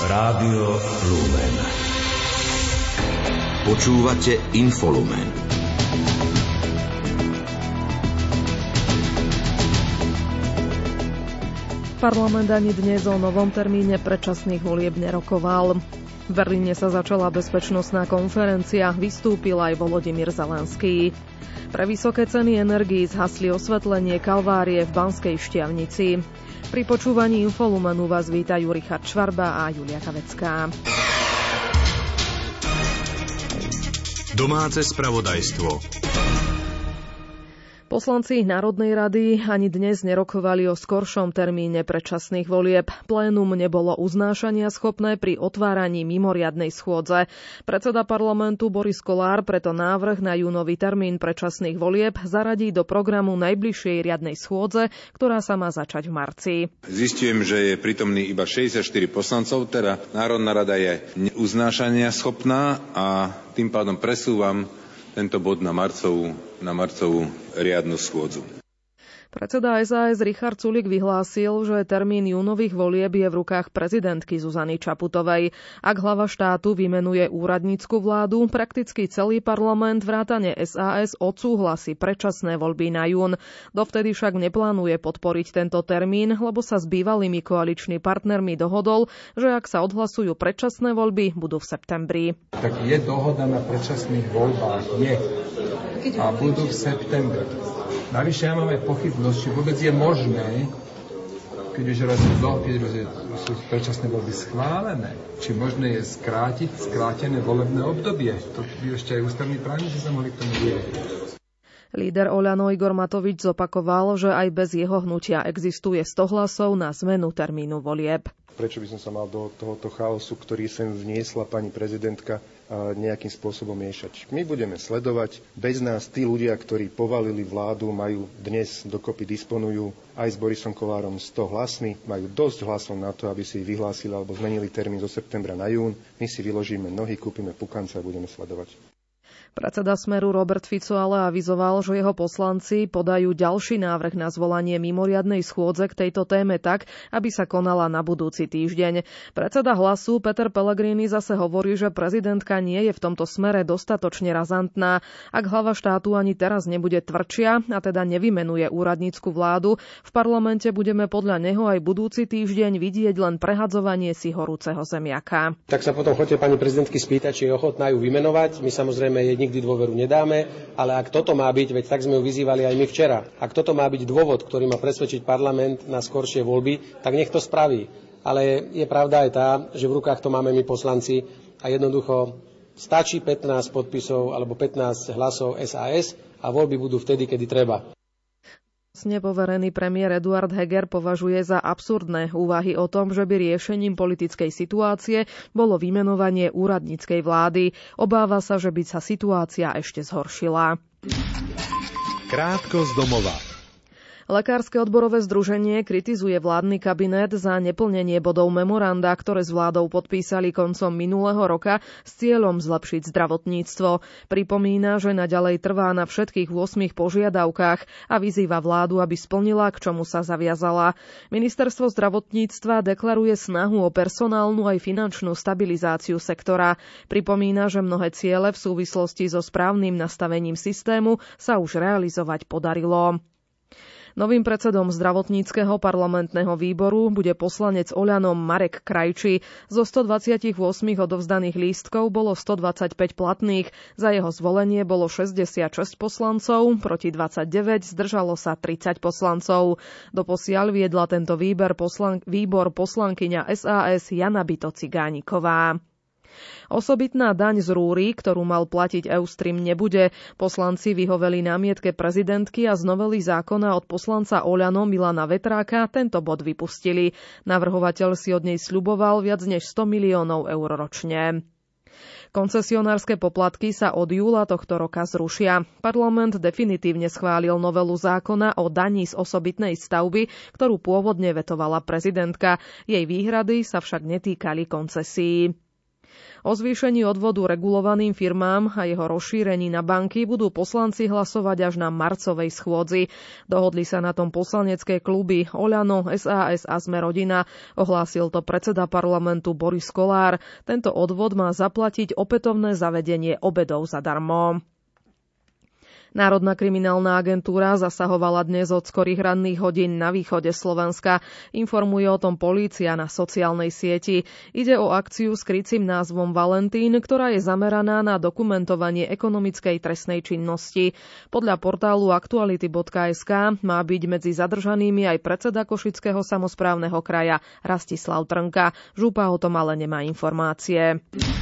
Rádio Lumen. Počúvate Infolumen. Parlament ani dnes o novom termíne predčasných volieb nerokoval. V Berlíne sa začala bezpečnostná konferencia, vystúpil aj Volodymyr Zelenský. Pre vysoké ceny energií zhasli osvetlenie Kalvárie v Banskej Štiavnici. Pri počúvaní Infolumenu vás vítajú Richard Švarba a Julia Kavecká. Domáce spravodajstvo. Poslanci Národnej rady ani dnes nerokovali o skoršom termíne predčasných volieb. Plénum nebolo uznášania schopné pri otváraní mimoriadnej schôdze. Predseda parlamentu Boris Kollár preto návrh na júnový termín predčasných volieb zaradí do programu najbližšej riadnej schôdze, ktorá sa má začať v marci. Zistujem, že je prítomný iba 64 poslancov, teda Národná rada je neuznášania schopná a tým pádom presúvam tento bod na marcovú riadnu schôdzu. Predseda SAS Richard Sulík vyhlásil, že termín júnových volieb je v rukách prezidentky Zuzany Čaputovej. Ak hlava štátu vymenuje úradnícku vládu, prakticky celý parlament vrátane SAS odsúhlasí predčasné voľby na jún. Dovtedy však neplánuje podporiť tento termín, lebo sa s bývalými koaličnými partnermi dohodol, že ak sa odhlasujú predčasné voľby, budú v septembri. Tak je dohoda na predčasných voľbách? Je. A budú v septembri. Navyše ja mám aj pochybnosť, či vôbec je možné, keď už sú predčasné voľby schválené, či možné je skrátené volebné obdobie. To by ešte aj ústavní právnici sa mohli k tomu vyjadriť. Líder Oľano Igor Matovič zopakoval, že aj bez jeho hnutia existuje 100 hlasov na zmenu termínu volieb. Prečo by som sa mal do tohoto chaosu, ktorý sem vniesla pani prezidentka, nejakým spôsobom miešať? My budeme sledovať. Bez nás tí ľudia, ktorí povalili vládu, majú dnes dokopy disponujú aj s Borisom Kollárom 100 hlasmi, majú dosť hlasov na to, aby si vyhlásili alebo zmenili termín zo septembra na jún. My si vyložíme nohy, kúpime pukance a budeme sledovať. Predseda Smeru Robert Fico ale avizoval, že jeho poslanci podajú ďalší návrh na zvolanie mimoriadnej schôdze k tejto téme tak, aby sa konala na budúci týždeň. Predseda Hlasu Peter Pellegrini zase hovorí, že prezidentka nie je v tomto smere dostatočne razantná. Ak hlava štátu ani teraz nebude tvrdšia a teda nevymenuje úradnícku vládu, v parlamente budeme podľa neho aj budúci týždeň vidieť len prehadzovanie si horúceho zemiaka. Tak sa potom choďte pani prezidentky spýtať, či je ochotná ju vymenovať. My samozrejme nikdy dôveru nedáme, ale ak toto má byť, veď tak sme ju vyzývali aj my včera, ak toto má byť dôvod, ktorý má presvedčiť parlament na skoršie voľby, tak nech to spraví. Ale je pravda aj tá, že v rukách to máme my poslanci a jednoducho stačí 15 podpisov alebo 15 hlasov SAS a voľby budú vtedy, kedy treba. Nepoverený premiér Eduard Heger považuje za absurdné úvahy o tom, že by riešením politickej situácie bolo vymenovanie úradníckej vlády. Obáva sa, že by sa situácia ešte zhoršila. Krátko z domova. Lekárske odborové združenie kritizuje vládny kabinet za neplnenie bodov memoranda, ktoré s vládou podpísali koncom minulého roka s cieľom zlepšiť zdravotníctvo. Pripomína, že naďalej trvá na všetkých 8 požiadavkách a vyzýva vládu, aby splnila, k čomu sa zaviazala. Ministerstvo zdravotníctva deklaruje snahu o personálnu aj finančnú stabilizáciu sektora. Pripomína, že mnohé ciele v súvislosti so správnym nastavením systému sa už realizovať podarilo. Novým predsedom zdravotníckeho parlamentného výboru bude poslanec Oľanom Marek Krajčí. Zo 128 odovzdaných lístkov bolo 125 platných. Za jeho zvolenie bolo 66 poslancov, proti 29 zdržalo sa 30 poslancov. Doposiaľ viedla tento výbor poslankyňa SAS Jana Bito Cigániková. Osobitná daň z rúry, ktorú mal platiť Eustream, nebude. Poslanci vyhoveli námietke prezidentky a z novely zákona od poslanca Oľano Milana Vetráka tento bod vypustili. Navrhovateľ si od nej sľuboval viac než 100 miliónov eur ročne. Koncesionárske poplatky sa od júla tohto roka zrušia. Parlament definitívne schválil novelu zákona o daní z osobitnej stavby, ktorú pôvodne vetovala prezidentka. Jej výhrady sa však netýkali koncesií. O zvýšení odvodu regulovaným firmám a jeho rozšírení na banky budú poslanci hlasovať až na marcovej schôdzi. Dohodli sa na tom poslanecké kluby Oľano, SAS a Sme rodina. Ohlásil to predseda parlamentu Boris Kollár. Tento odvod má zaplatiť opätovné zavedenie obedov zadarmo. Národná kriminálna agentúra zasahovala dnes od skorých ranných hodín na východe Slovenska. Informuje o tom polícia na sociálnej sieti. Ide o akciu s krycím názvom Valentín, ktorá je zameraná na dokumentovanie ekonomickej trestnej činnosti. Podľa portálu aktuality.sk má byť medzi zadržanými aj predseda Košického samosprávneho kraja Rastislav Trnka. Župa o tom ale nemá informácie.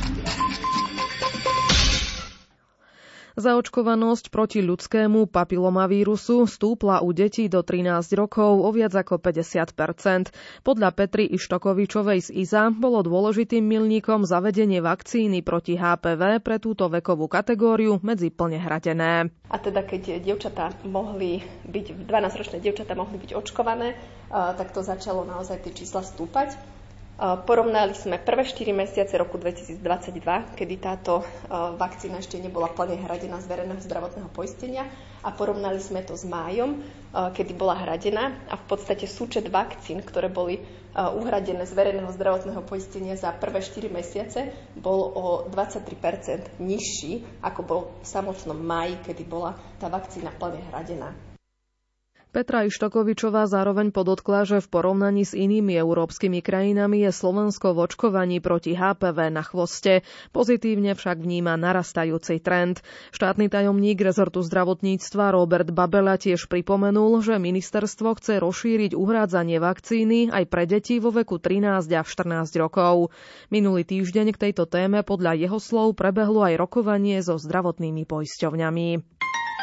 Zaočkovanosť proti ľudskému papilomavírusu stúpla u detí do 13 rokov o viac ako 50%. Podľa Petry Ištokovičovej z IZA bolo dôležitým milníkom zavedenie vakcíny proti HPV pre túto vekovú kategóriu medzi plne hradené. A teda keď 12-ročné dievčatá mohli byť očkované, tak to začalo naozaj tie čísla stúpať. Porovnali sme prvé 4 mesiace roku 2022, kedy táto vakcína ešte nebola plne hradená z verejného zdravotného poistenia, a porovnali sme to s májom, kedy bola hradená, a v podstate súčet vakcín, ktoré boli uhradené z verejného zdravotného poistenia za prvé 4 mesiace, bol o 23% nižší, ako bol v samotnom máji, kedy bola tá vakcína plne hradená. Petra Ištokovičová zároveň podotkla, že v porovnaní s inými európskymi krajinami je Slovensko v očkovaní proti HPV na chvoste. Pozitívne však vníma narastajúci trend. Štátny tajomník rezortu zdravotníctva Robert Babela tiež pripomenul, že ministerstvo chce rozšíriť uhrádzanie vakcíny aj pre deti vo veku 13 a 14 rokov. Minulý týždeň k tejto téme podľa jeho slov prebehlo aj rokovanie so zdravotnými poisťovňami.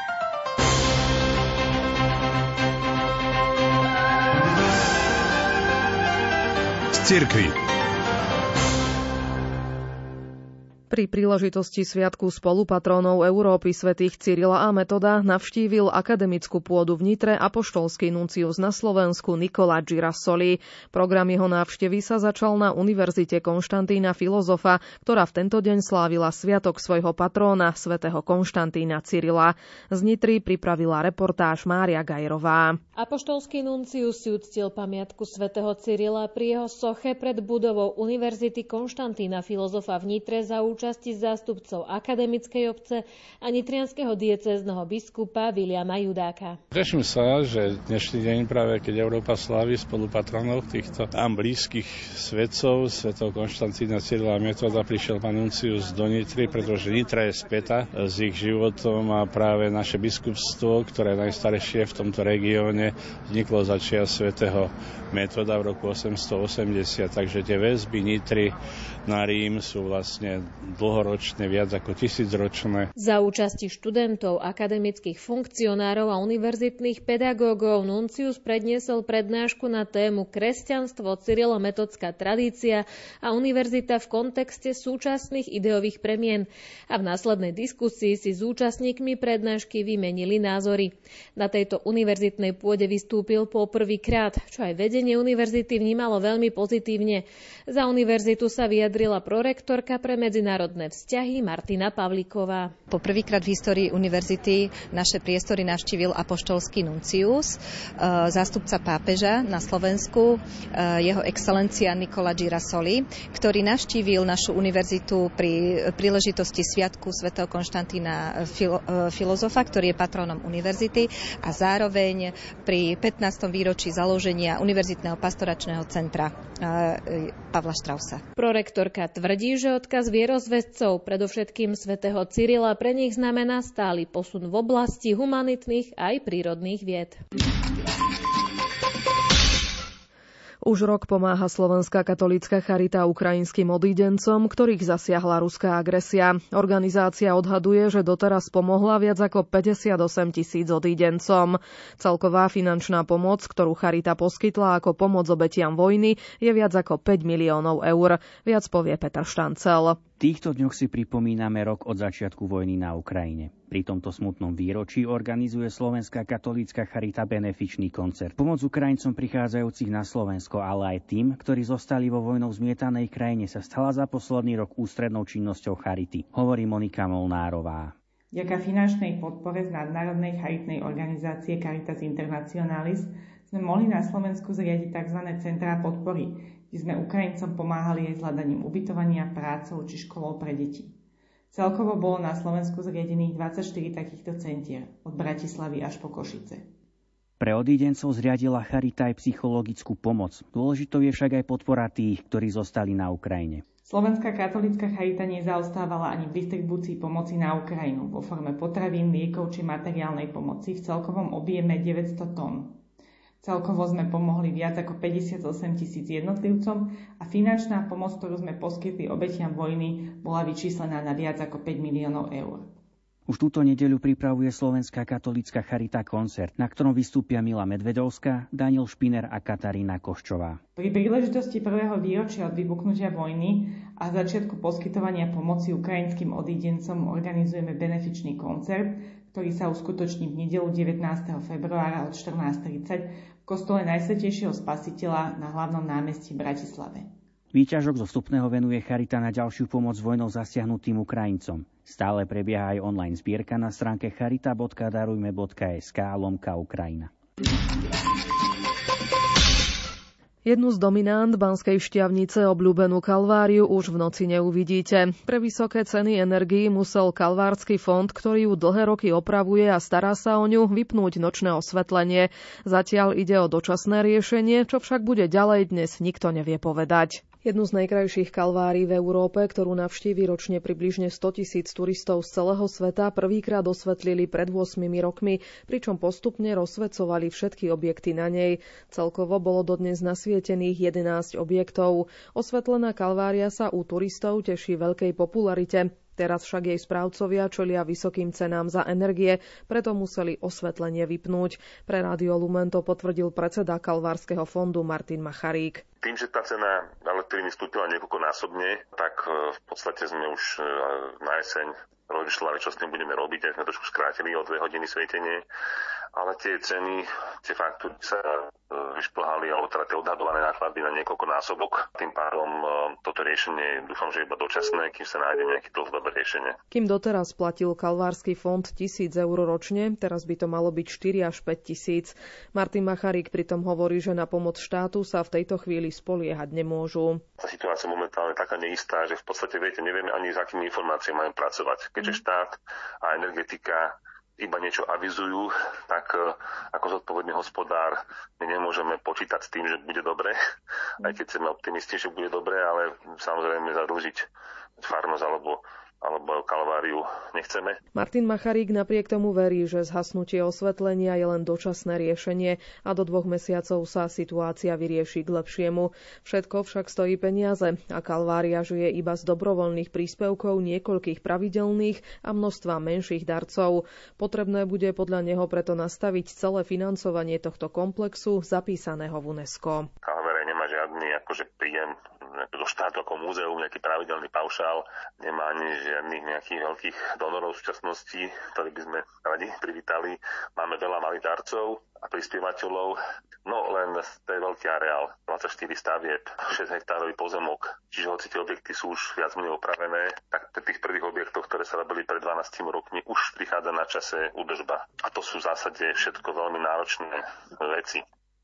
Cirkvi. Pri príležitosti sviatku spolupatrónov Európy svätých Cyrila a Metoda navštívil akademickú pôdu v Nitre apoštolský nuncius na Slovensku Nicola Girasoli. Program jeho návštevy sa začal na Univerzite Konštantína Filozofa, ktorá v tento deň slávila sviatok svojho patróna svätého Konštantína Cyrila. Z Nitry pripravila reportáž Mária Gajrová. Apoštolský nuncius si uctil pamiatku svätého Cyrila pri jeho soche pred budovou Univerzity Konštantína Filozofa v Nitre za účasti zástupcov akademickej obce a nitrianskeho diecézneho biskupa Viliama Judáka. Teším sa, že dnešný deň, práve keď Európa slávi spolupatronov týchto nám blízkych svetcov, svätého Konštantína Cyrila a Metoda, prišiel pán nuncius do Nitry, pretože Nitra je späta s ich životom a práve naše biskupstvo, ktoré je najstaršie v tomto regióne, vzniklo za čias svätého Metoda v roku 880, takže tie väzby Nitry na Rím sú vlastne dlhoročné, viac ako 1000-ročné. Za účasti študentov, akademických funkcionárov a univerzitných pedagógov nuncius predniesol prednášku na tému Kresťanstvo, cyrilometodská tradícia a univerzita v kontexte súčasných ideových premien. A v následnej diskusii si s účastníkmi prednášky vymenili názory. Na tejto univerzitnej pôde vystúpil po prvýkrát, čo aj vedenie univerzity vnímalo veľmi pozitívne. Za univerzitu sa vyjadrila prorektorka pre medzinárodné vzťahy Martina Pavlíková. Po prvýkrát v histórii univerzity naše priestory navštívil apoštolský nuncius, zástupca pápeža na Slovensku, jeho excelencia Nicola Girasoli, ktorý navštívil našu univerzitu pri príležitosti sviatku svätého Konštantína Filozofa, ktorý je patrónom univerzity, a zároveň pri 15. výročí založenia Univerzitného pastoračného centra Pavla Štrausa. Prorektorka tvrdí, že odkaz vierozvedcov, predovšetkým svätého Cyrila, pre nich znamená stály posun v oblasti humanitných aj prírodných vied. Už rok pomáha Slovenská katolícka charita ukrajinským odídencom, ktorých zasiahla ruská agresia. Organizácia odhaduje, že doteraz pomohla viac ako 58 000 odídencom. Celková finančná pomoc, ktorú charita poskytla ako pomoc obetiam vojny, je viac ako 5 miliónov eur. Viac povie Peter Štancel. týchto dňoch si pripomíname rok od začiatku vojny na Ukrajine. Pri tomto smutnom výročí organizuje Slovenská katolícka charita benefičný koncert. Pomoc Ukrajincom prichádzajúcich na Slovensko, ale aj tým, ktorí zostali vo vojnou zmietanej krajine, sa stala za posledný rok ústrednou činnosťou charity, hovorí Monika Molnárová. Vďaka finančnej podpore z nadnárodnej charitnej organizácie Caritas Internationalis sme mohli na Slovensku zriadiť tzv. Centrá podpory, kde sme Ukrajincom pomáhali aj s hľadaním ubytovania, prácou či školou pre deti. Celkovo bolo na Slovensku zriadených 24 takýchto centier, od Bratislavy až po Košice. Pre odídencov zriadila charita aj psychologickú pomoc. Dôležitou je však aj podpora tých, ktorí zostali na Ukrajine. Slovenská katolícka charita nezaostávala ani v distribúcii pomoci na Ukrajinu vo forme potravín, liekov či materiálnej pomoci v celkovom objeme 900 tón. Celkovo sme pomohli viac ako 58 000 jednotlivcom a finančná pomoc, ktorú sme poskytli obetiam vojny, bola vyčíslená na viac ako 5 miliónov eur. Už túto nedeľu pripravuje Slovenská katolícka charita koncert, na ktorom vystúpia Mila Medvedovská, Daniel Špiner a Katarína Koščová. Pri príležitosti prvého výročia od vypuknutia vojny a začiatku poskytovania pomoci ukrajinským odídencom organizujeme benefičný koncert, ktorý sa uskutoční v nedeľu 19. februára od 14:30 v kostole Najsvätejšieho Spasiteľa na hlavnom námestí v Bratislave. Výťažok zo vstupného venuje charita na ďalšiu pomoc vojnou zasiahnutým Ukrajincom. Stále prebieha aj online zbierka na stránke charita.darujme.sk/Ukrajina. Jednu z dominant Banskej Štiavnice, obľúbenú Kalváriu, už v noci neuvidíte. Pre vysoké ceny energií musel Kalvársky fond, ktorý ju dlhé roky opravuje a stará sa o ňu, vypnúť nočné osvetlenie. Zatiaľ ide o dočasné riešenie, čo však bude ďalej, dnes nikto nevie povedať. Jednu z najkrajších kalvárií v Európe, ktorú navštíví ročne približne 100 000 turistov z celého sveta, prvýkrát osvetlili pred 8 rokmi, pričom postupne rozsvecovali všetky objekty na nej. Celkovo bolo dodnes nasvietených 11 objektov. Osvetlená kalvária sa u turistov teší veľkej popularite. Teraz však jej správcovia čelia vysokým cenám za energie, preto museli osvetlenie vypnúť. Pre Rádio Lumen to potvrdil predseda Kalvárskeho fondu Martin Macharík. Tým, že tá cena elektriny stúpila niekoľkonásobne, tak v podstate sme už na jeseň rozmýšľali, čo s tým budeme robiť, ak sme trošku skrátili o 2 hodiny svietenie, ale tie ceny, tie faktúry sa vyšplhali, alebo teda tie odhadované náklady na niekoľko násobok. Tým pádom toto riešenie dúfam, že je iba dočasné, kým sa nájde nejaké dlhodobé riešenie. Kým doteraz platil Kalvársky fond 1 000 eur ročne, teraz by to malo byť 4 až 5 000. Martin Macharík pritom hovorí, že na pomoc štátu sa v tejto chvíli spoliehať nemôžu. Tá situácia momentálne je taká neistá, že v podstate nevieme ani s akými informáciami máme pracovať. Keďže štát a energetika iba niečo avizujú, tak ako zodpovedný hospodár my nemôžeme počítať s tým, že bude dobre, aj keď sme optimisti, že bude dobre, ale samozrejme zadlžiť farnosť alebo Kalváriu nechceme. Martin Macharík napriek tomu verí, že zhasnutie osvetlenia je len dočasné riešenie a do 2 mesiacov sa situácia vyrieši k lepšiemu. Všetko však stojí peniaze a Kalvária žije iba z dobrovoľných príspevkov niekoľkých pravidelných a množstva menších darcov. Potrebné bude podľa neho preto nastaviť celé financovanie tohto komplexu zapísaného v UNESCO. Kalvária nemá žiadny príjem do štátu ako múzeum, nejaký pravidelný paušál, nemá ani žiadnych nejakých veľkých donorov v súčasnosti, ktorí by sme radi privítali. Máme veľa malých darcov a prispievateľov, no len to je veľký areál, 24 stavieb, 6 hektárový pozemok, čiže hoci tie objekty sú už viac menej opravené, tak pri tých prvých objektoch, ktoré sa robili pred 12 rokmi, už prichádza na čase údržba. A to sú v zásade všetko veľmi náročné veci.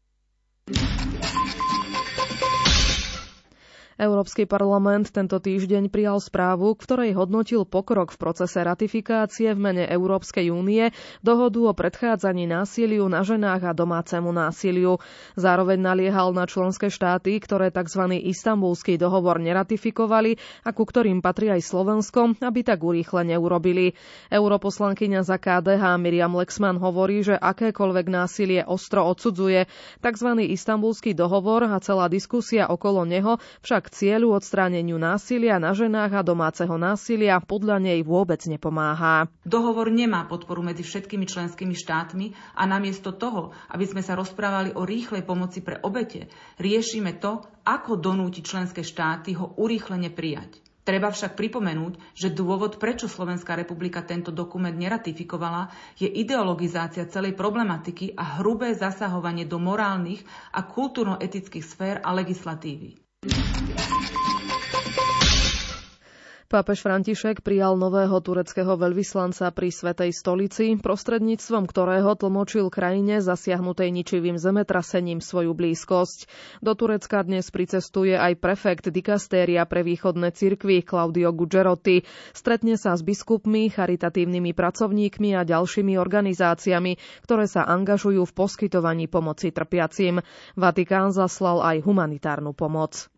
Európsky parlament tento týždeň prijal správu, v ktorej hodnotil pokrok v procese ratifikácie v mene Európskej únie dohodu o predchádzaní násiliu na ženách a domácemu násiliu. Zároveň naliehal na členské štáty, ktoré tzv. Istanbulský dohovor neratifikovali a ku ktorým patrí aj Slovensko, aby tak urýchlene urobili. Europoslankyňa za KDH Miriam Lexman hovorí, že akékoľvek násilie ostro odsudzuje. Tzv. Istanbulský dohovor a celá diskusia okolo neho však k cieľu odstráneniu násilia na ženách a domáceho násilia podľa nej vôbec nepomáha. Dohovor nemá podporu medzi všetkými členskými štátmi a namiesto toho, aby sme sa rozprávali o rýchlej pomoci pre obete, riešime to, ako donútiť členské štáty ho urýchlene prijať. Treba však pripomenúť, že dôvod, prečo Slovenská republika tento dokument neratifikovala, je ideologizácia celej problematiky a hrubé zasahovanie do morálnych a kultúrno-etických sfér a legislatívy. Pápež František prijal nového tureckého veľvyslanca pri Svätej stolici, prostredníctvom ktorého tlmočil krajine zasiahnutej ničivým zemetrasením svoju blízkosť. Do Turecka dnes pricestuje aj prefekt dikastéria pre východné cirkvi Claudio Gugerotti. Stretne sa s biskupmi, charitatívnymi pracovníkmi a ďalšími organizáciami, ktoré sa angažujú v poskytovaní pomoci trpiacim. Vatikán zaslal aj humanitárnu pomoc.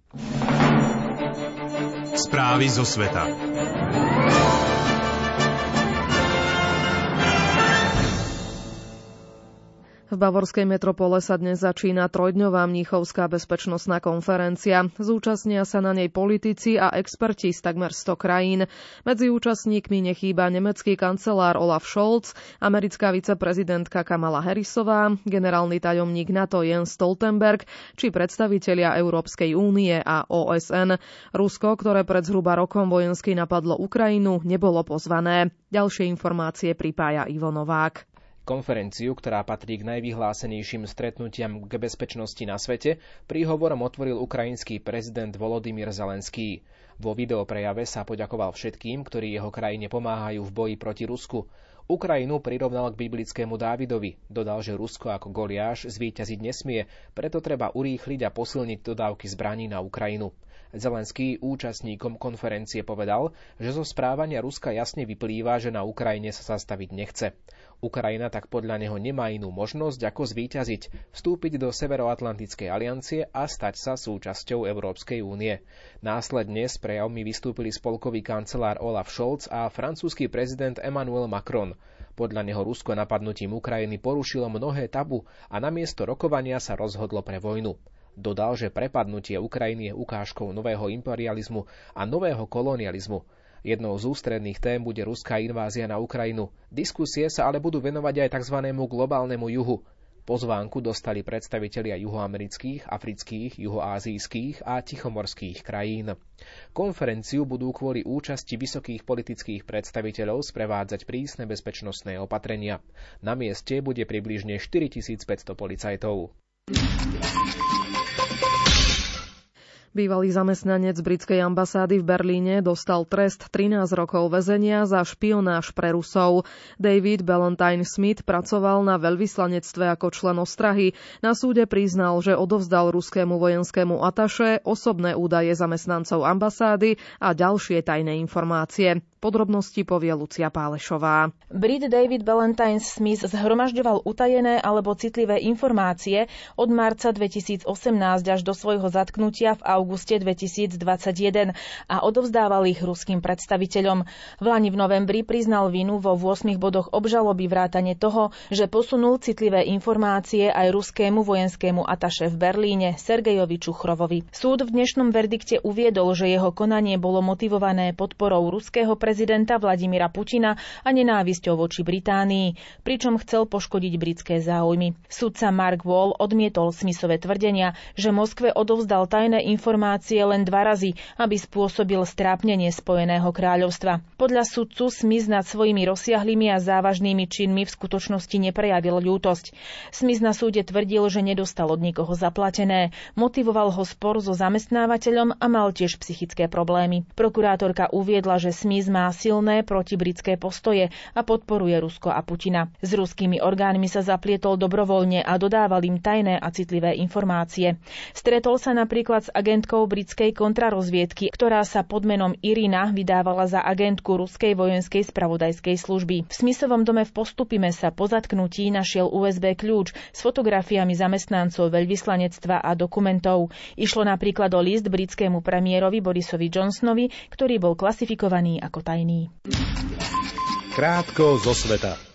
Správy zo sveta. V bavorskej metropole sa dnes začína trojdňová mníchovská bezpečnostná konferencia. Zúčastnia sa na nej politici a experti z takmer 100 krajín. Medzi účastníkmi nechýba nemecký kancelár Olaf Scholz, americká viceprezidentka Kamala Harrisová, generálny tajomník NATO Jens Stoltenberg či predstavitelia Európskej únie a OSN. Rusko, ktoré pred zhruba rokom vojensky napadlo Ukrajinu, nebolo pozvané. Ďalšie informácie pripája Ivo Novák. Konferenciu, ktorá patrí k najvyhlásenejším stretnutiam k bezpečnosti na svete, príhovorom otvoril ukrajinský prezident Volodymyr Zelenský. Vo videoprejave sa poďakoval všetkým, ktorí jeho krajine pomáhajú v boji proti Rusku. Ukrajinu prirovnal k biblickému Dávidovi. Dodal, že Rusko ako Goliáš zvíťaziť nesmie, preto treba urýchliť a posilniť dodávky zbraní na Ukrajinu. Zelenský účastníkom konferencie povedal, že zo správania Ruska jasne vyplýva, že na Ukrajine sa zastaviť nechce. Ukrajina tak podľa neho nemá inú možnosť ako zvíťaziť, vstúpiť do Severoatlantickej aliancie a stať sa súčasťou Európskej únie. Následne s prejavmi vystúpili spolkový kancelár Olaf Scholz a francúzsky prezident Emmanuel Macron. Podľa neho Rusko napadnutím Ukrajiny porušilo mnohé tabu a namiesto rokovania sa rozhodlo pre vojnu. Dodal, že prepadnutie Ukrajiny je ukážkou nového imperializmu a nového kolonializmu. Jednou z ústredných tém bude ruská invázia na Ukrajinu. Diskusie sa ale budú venovať aj tzv. Globálnemu juhu. Pozvánku dostali predstavitelia juhoamerických, afrických, juhoázijských a tichomorských krajín. Konferenciu budú kvôli účasti vysokých politických predstaviteľov sprevádzať prísne bezpečnostné opatrenia. Na mieste bude približne 4500 policajtov. Bývalý zamestnanec britskej ambasády v Berlíne dostal trest 13 rokov väzenia za špionáž pre Rusov. David Ballantyne Smith pracoval na veľvyslanectve ako člen ostrahy. Na súde priznal, že odovzdal ruskému vojenskému ataše osobné údaje zamestnancov ambasády a ďalšie tajné informácie. Podrobnosti povie Lucia Pálešová. Brit David Ballantyne Smith zhromažďoval utajené alebo citlivé informácie od marca 2018 až do svojho zatknutia v auguste 2021 a odovzdával ich ruským predstaviteľom. Vlani v novembri priznal vinu vo 8 bodoch obžaloby vrátane toho, že posunul citlivé informácie aj ruskému vojenskému ataše v Berlíne Sergejovi Čuchrovovi. Súd v dnešnom verdikte uviedol, že jeho konanie bolo motivované podporou ruského prezidenta Vladimíra Putina a nenávisťou voči Británii, pričom chcel poškodiť britské záujmy. Sudca Mark Wall odmietol Smithove tvrdenia, že Moskve odovzdal tajné informácie len 2 razy, aby spôsobil strápnenie Spojeného kráľovstva. Podľa sudcu Smith nad svojimi rozsiahlými a závažnými činmi v skutočnosti neprejavil ľútosť. Smith na súde tvrdil, že nedostal od nikoho zaplatené, motivoval ho spor so zamestnávateľom a mal tiež psychické problémy. Prokurátorka uviedla, že Smith má silné protibritské postoje a podporuje Rusko a Putina. S ruskými orgánmi sa zaplietol dobrovoľne a dodával im tajné a citlivé informácie. Stretol sa napríklad s agentkou britskej kontrarozviedky, ktorá sa pod menom Irina vydávala za agentku ruskej vojenskej spravodajskej služby. V Smithovom dome v Postupime sa po zatknutí našiel USB kľúč s fotografiami zamestnancov veľvyslanectva a dokumentov. Išlo napríklad o list britskému premiérovi Borisovi Johnsonovi, ktorý bol klasifikovaný ako tajný. Krátko zo sveta.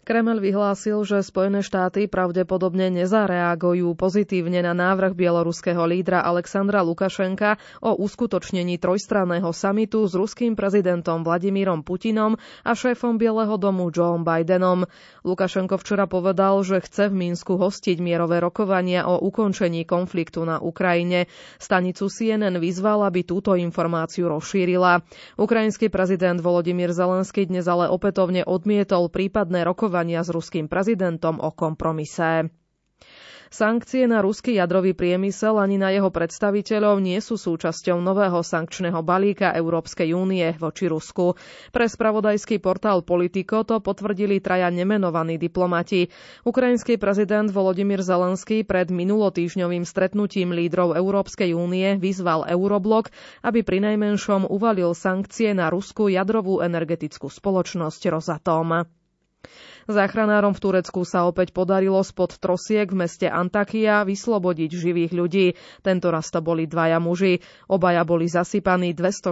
Kremeľ vyhlásil, že Spojené štáty pravdepodobne nezareagujú pozitívne na návrh bieloruského lídra Alexandra Lukašenka o uskutočnení trojstranného samitu s ruským prezidentom Vladimírom Putinom a šéfom Bieleho domu Joeom Bidenom. Lukašenko včera povedal, že chce v Minsku hostiť mierové rokovania o ukončení konfliktu na Ukrajine. Stanicu CNN vyzval, aby túto informáciu rozšírila. Ukrajinský prezident Volodymyr Zelenský dnes ale opätovne odmietol prípadné rokovania s ruským prezidentom o kompromise. Sankcie na ruský jadrový priemysel ani na jeho predstaviteľov nie sú súčasťou nového sankčného balíka Európskej únie voči Rusku. Pre spravodajský portál Politico to potvrdili traja nemenovaní diplomati. Ukrajinský prezident Volodymyr Zelenský pred minulotýždňovým stretnutím lídrov Európskej únie vyzval Euroblok, aby prinajmenšom uvalil sankcie na ruskú jadrovú energetickú spoločnosť Rosatom. Záchranárom v Turecku sa opäť podarilo spod trosiek v meste Antakya vyslobodiť živých ľudí. Tentoraz to boli dvaja muži. Obaja boli zasypaní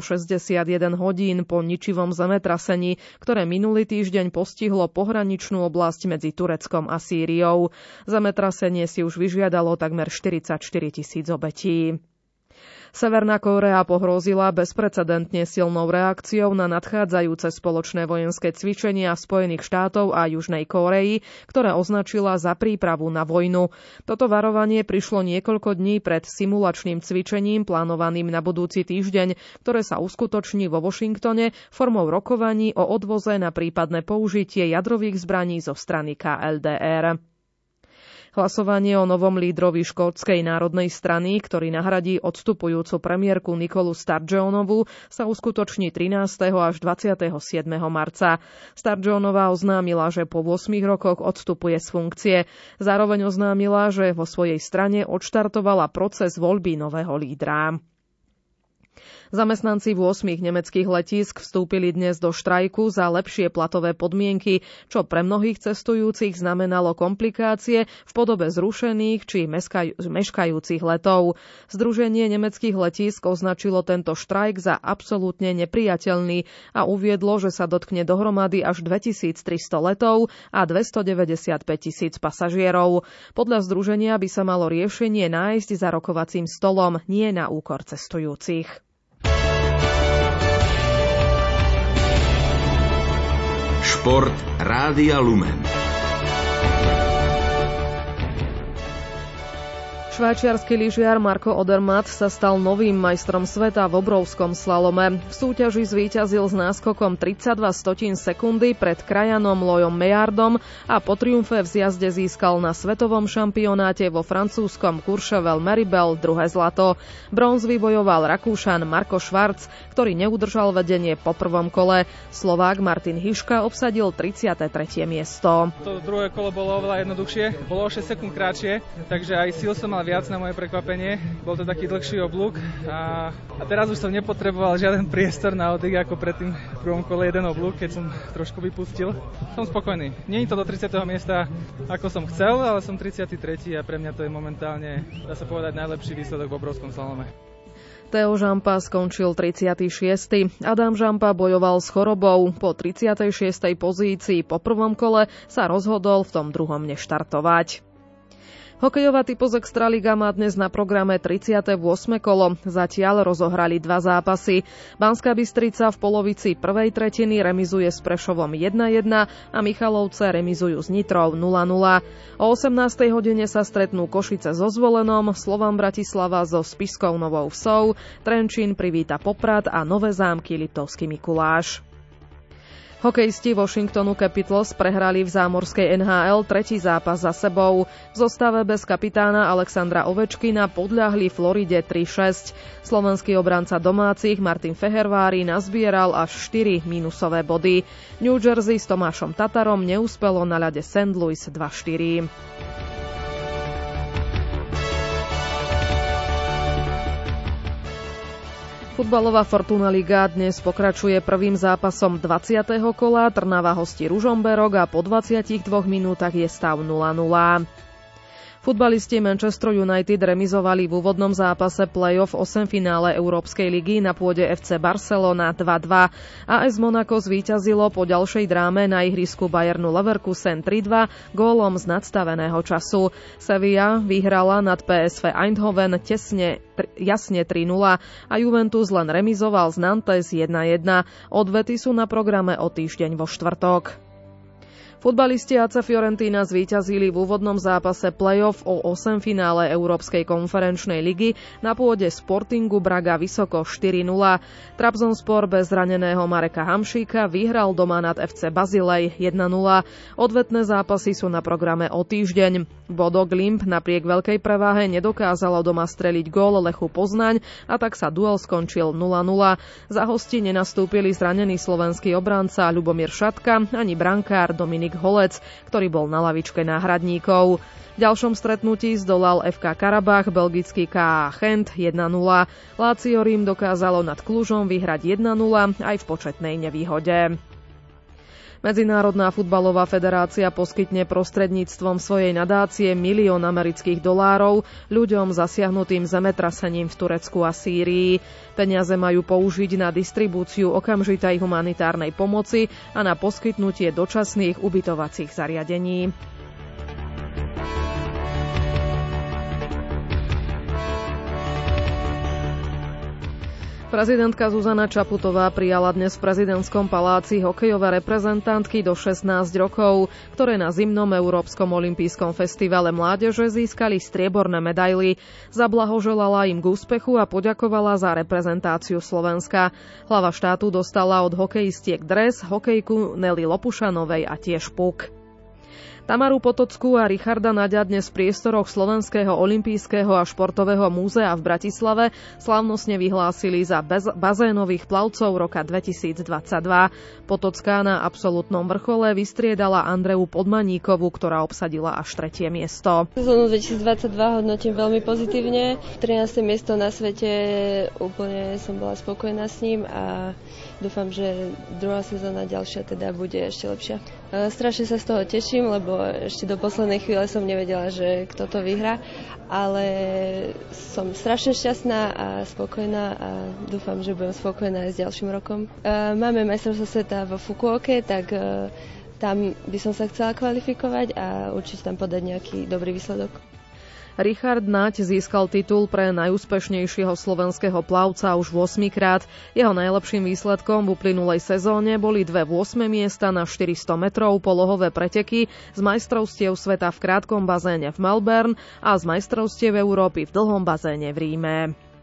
261 hodín po ničivom zemetrasení, ktoré minulý týždeň postihlo pohraničnú oblasť medzi Tureckom a Sýriou. Zemetrasenie si už vyžiadalo takmer 44 000 obetí. Severná Kórea pohrozila bezprecedentne silnou reakciou na nadchádzajúce spoločné vojenské cvičenia Spojených štátov a Južnej Kórey, ktoré označila za prípravu na vojnu. Toto varovanie prišlo niekoľko dní pred simulačným cvičením plánovaným na budúci týždeň, ktoré sa uskutoční vo Washingtone formou rokovaní o odvoze na prípadné použitie jadrových zbraní zo strany KLDR. Hlasovanie o novom lídrovi škótskej národnej strany, ktorý nahradí odstupujúcu premiérku Nicolu Sturgeonovú, sa uskutoční 13. až 27. marca. Sturgeonová oznámila, že po 8 rokoch odstupuje z funkcie. Zároveň oznámila, že vo svojej strane odštartovala proces voľby nového lídra. Zamestnanci 8 nemeckých letísk vstúpili dnes do štrajku za lepšie platové podmienky, čo pre mnohých cestujúcich znamenalo komplikácie v podobe zrušených či meškajúcich letov. Združenie nemeckých letísk označilo tento štrajk za absolútne neprijateľný a uviedlo, že sa dotkne dohromady až 2300 letov a 295 000 pasažierov. Podľa združenia by sa malo riešenie nájsť za rokovacím stolom, nie na úkor cestujúcich. Šport Rádia Lumen. Švajčiarsky lyžiar Marco Odermatt sa stal novým majstrom sveta v obrovskom slalome. V súťaži zvíťazil s náskokom 32 sekundy pred krajanom Lojom Mejardom a po triumfe v zjazde získal na svetovom šampionáte vo francúzskom Courchevel Meribel druhé zlato. Bronz vybojoval Rakúšan Marko Schwarz, ktorý neudržal vedenie po prvom kole. Slovák Martin Hiška obsadil 33. miesto. To druhé kolo bolo oveľa jednoduchšie, bolo o 6 sekúnd kratšie, takže aj síl som mal viac na moje prekvapenie. Bol to taký dlhší oblúk a teraz už som nepotreboval žiaden priestor na oddych ako predtým v prvom kole jeden oblúk, keď som trošku vypustil. Som spokojný. Nie je to do 30. miesta, ako som chcel, ale som 33. a pre mňa to je momentálne, dá sa povedať, najlepší výsledok v obrovskom slalome. Teo Žampa skončil 36. Adam Žampa bojoval s chorobou. Po 36. pozícii po prvom kole sa rozhodol v tom druhom neštartovať. Hokejová Typos Extraliga má dnes na programe 38. kolo. Zatiaľ rozohrali 2 zápasy. Banská Bystrica v polovici prvej tretiny remizuje s Prešovom 1-1 a Michalovce remizujú s Nitrou 0-0. O 18. hodine sa stretnú Košice so Zvolenom, Slovan Bratislava so Spišskou Novou Vsou, Trenčín privíta Poprad a Nové Zámky Liptovský Mikuláš. Hokejisti Washingtonu Capitals prehrali v zámorskej NHL tretí zápas za sebou. V zostave bez kapitána Alexandra Ovečkina podľahli Floride 3-6. Slovenský obranca domácich Martin Fehervári nazbieral až 4 mínusové body. New Jersey s Tomášom Tatarom neúspelo na ľade St. Louis 2-4. Futbalová Fortuna Liga dnes pokračuje prvým zápasom 20. kola. Trnava hostí Ružomberok a po 22 minútach je stav 0-0. V Futbalisti Manchester United remizovali v úvodnom zápase play-off 8 finále Európskej ligy na pôde FC Barcelona 2-2. AS Monaco zvíťazilo po ďalšej dráme na ihrisku Bayernu Leverkusen 3-2 gólom z nadstaveného času. Sevilla vyhrala nad PSV Eindhoven jasne 3-0 a Juventus len remizoval z Nantes 1-1. Odvety sú na programe o týždeň vo štvrtok. Futbalisti AC Fiorentina zvíťazili v úvodnom zápase play-off o 8 finále Európskej konferenčnej ligy na pôde Sportingu Braga vysoko 4-0. Trabzonspor bez zraneného Mareka Hamšíka vyhral doma nad FC Bazilej 1-0. Odvetné zápasy sú na programe o týždeň. Bodo Glimt napriek veľkej preváhe nedokázalo doma streliť gól Lechu Poznaň a tak sa duel skončil 0-0. Za hostí nenastúpili zranený slovenský obranca Ľubomír Šatka ani brankár Dominik Holec, ktorý bol na lavičke náhradníkov. V ďalšom stretnutí zdolal FK Karabach belgický KA Gent 1-0. Lazio Rím dokázalo nad Klužom vyhrať 1-0 aj v početnej nevýhode. Medzinárodná futbalová federácia poskytne prostredníctvom svojej nadácie $1 milión amerických ľuďom zasiahnutým zemetrasením v Turecku a Sýrii. Peniaze majú použiť na distribúciu okamžitej humanitárnej pomoci a na poskytnutie dočasných ubytovacích zariadení. Prezidentka Zuzana Čaputová prijala dnes v prezidentskom paláci hokejové reprezentantky do 16 rokov, ktoré na zimnom Európskom olympijskom festivale mládeže získali strieborné medaily. Zablahoželala im k úspechu a poďakovala za reprezentáciu Slovenska. Hlava štátu dostala od hokejistiek dres, hokejku Nelly Lopušanovej a tiež puk. Tamaru Potockú a Richarda Naďa dnes v priestoroch Slovenského olympijského a športového múzea v Bratislave slávnostne vyhlásili za bazénových plavcov roka 2022. Potocká na absolútnom vrchole vystriedala Andreu Podmaníkovú, ktorá obsadila až 3. miesto. Sezónu 2022 hodnotím veľmi pozitívne. 13. miesto na svete, úplne som bola spokojná s ním a dúfam, že druhá sezóna ďalšia teda bude ešte lepšia. Strašne sa z toho teším, lebo ešte do poslednej chvíle som nevedela, že kto to vyhrá, ale som strašne šťastná a spokojná a dúfam, že budem spokojná aj s ďalším rokom. Máme majstrovstvo sveta vo Fukuoke, tak tam by som sa chcela kvalifikovať a určite tam podať nejaký dobrý výsledok. Richard Naď získal titul pre najúspešnejšieho slovenského plavca už 8-krát. Jeho najlepším výsledkom v uplynulej sezóne boli 2 8. miesta na 400 metrov polohové preteky z majstrovstiev sveta v krátkom bazéne v Melbourne a z majstrovstiev Európy v dlhom bazéne v Ríme.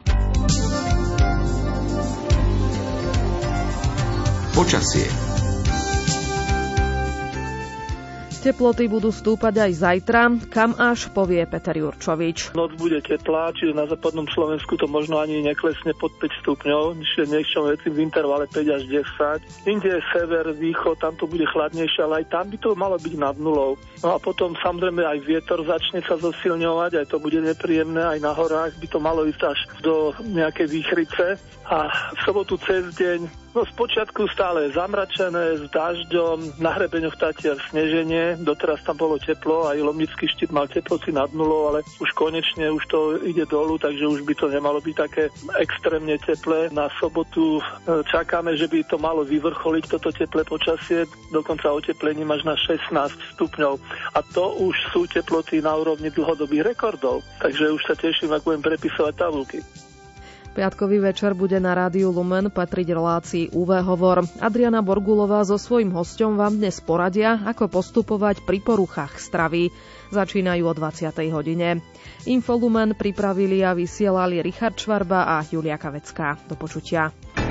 Počasie. Teploty budú stúpať aj zajtra. Kam až, povie Peter Jurčovič. Noc bude teplá, čiže na západnom Slovensku to možno ani neklesne pod 5 stupňov, niečo v intervale 5 až 10. Inde je sever, východ, tam to bude chladnejšie, ale aj tam by to malo byť nad nulou. No a potom samozrejme aj vietor začne sa zosilňovať, aj to bude nepríjemné, aj na horách by to malo ísť až do nejakej výchrice. A v sobotu cez deň, spočiatku stále zamračené, s dažďom, na hrebeňoch Tatier sneženie, doteraz tam bolo teplo, aj Lomnický štít mal teploty nad nulou, ale už konečne už to ide dolu, takže už by to nemalo byť také extrémne teplé. Na sobotu čakáme, že by to malo vyvrcholiť toto teplé počasie, dokonca oteplením až na 16 stupňov. A to už sú teploty na úrovni dlhodobých rekordov, takže už sa teším, ako budem prepisovať tabuľky. Piatkový večer bude na Rádiu Lumen patriť relácii UV Hovor. Adriana Borgulová so svojím hosťom vám dnes poradia, ako postupovať pri poruchách stravy. Začínajú o 20. hodine. Info Lumen pripravili a vysielali Richard Švarba a Julia Kavecká. Do počutia.